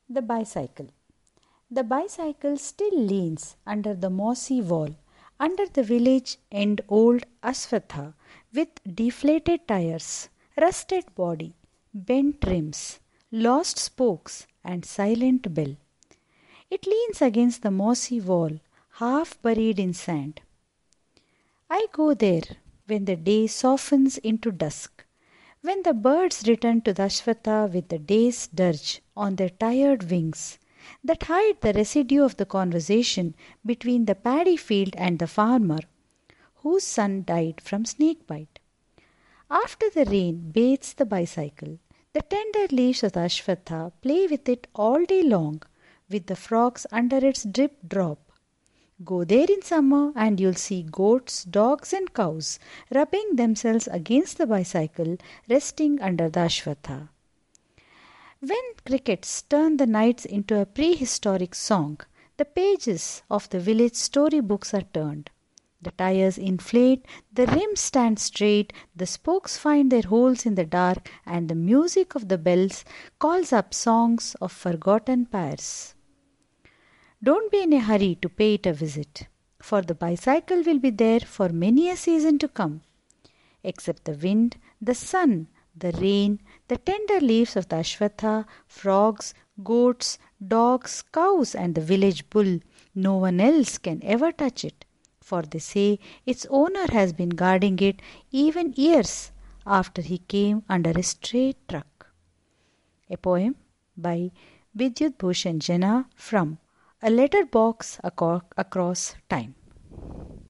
The bicycle. The bicycle still leans under the mossy wall, under the village and old Aswatha, with deflated tires, rusted body, bent rims, lost spokes, and silent bell. It leans against the mossy wall, half buried in sand. I go there when the day softens into dusk, when the birds return to the Ashwatha with the day's dirge on their tired wings that hide the residue of the conversation between the paddy field and the farmer whose son died from snake bite. After the rain bathes the bicycle, the tender leaves of the Ashwatha play with it all day long, with the frogs under its drip drop. Go there in summer and you'll see goats, dogs, and cows rubbing themselves against the bicycle, resting under the Ashwatha. When crickets turn the nights into a prehistoric song, the pages of the village storybooks are turned. The tires inflate, the rims stand straight, the spokes find their holes in the dark, and the music of the bells calls up songs of forgotten pyres. Don't be in a hurry to pay it a visit, for the bicycle will be there for many a season to come. Except the wind, the sun, the rain, the tender leaves of the Ashwatha, frogs, goats, dogs, cows, and the village bull, no one else can ever touch it, for they say its owner has been guarding it even years after he came under a stray truck. A poem by Vidyut Bhushan Jena from A Letter Box Across Time.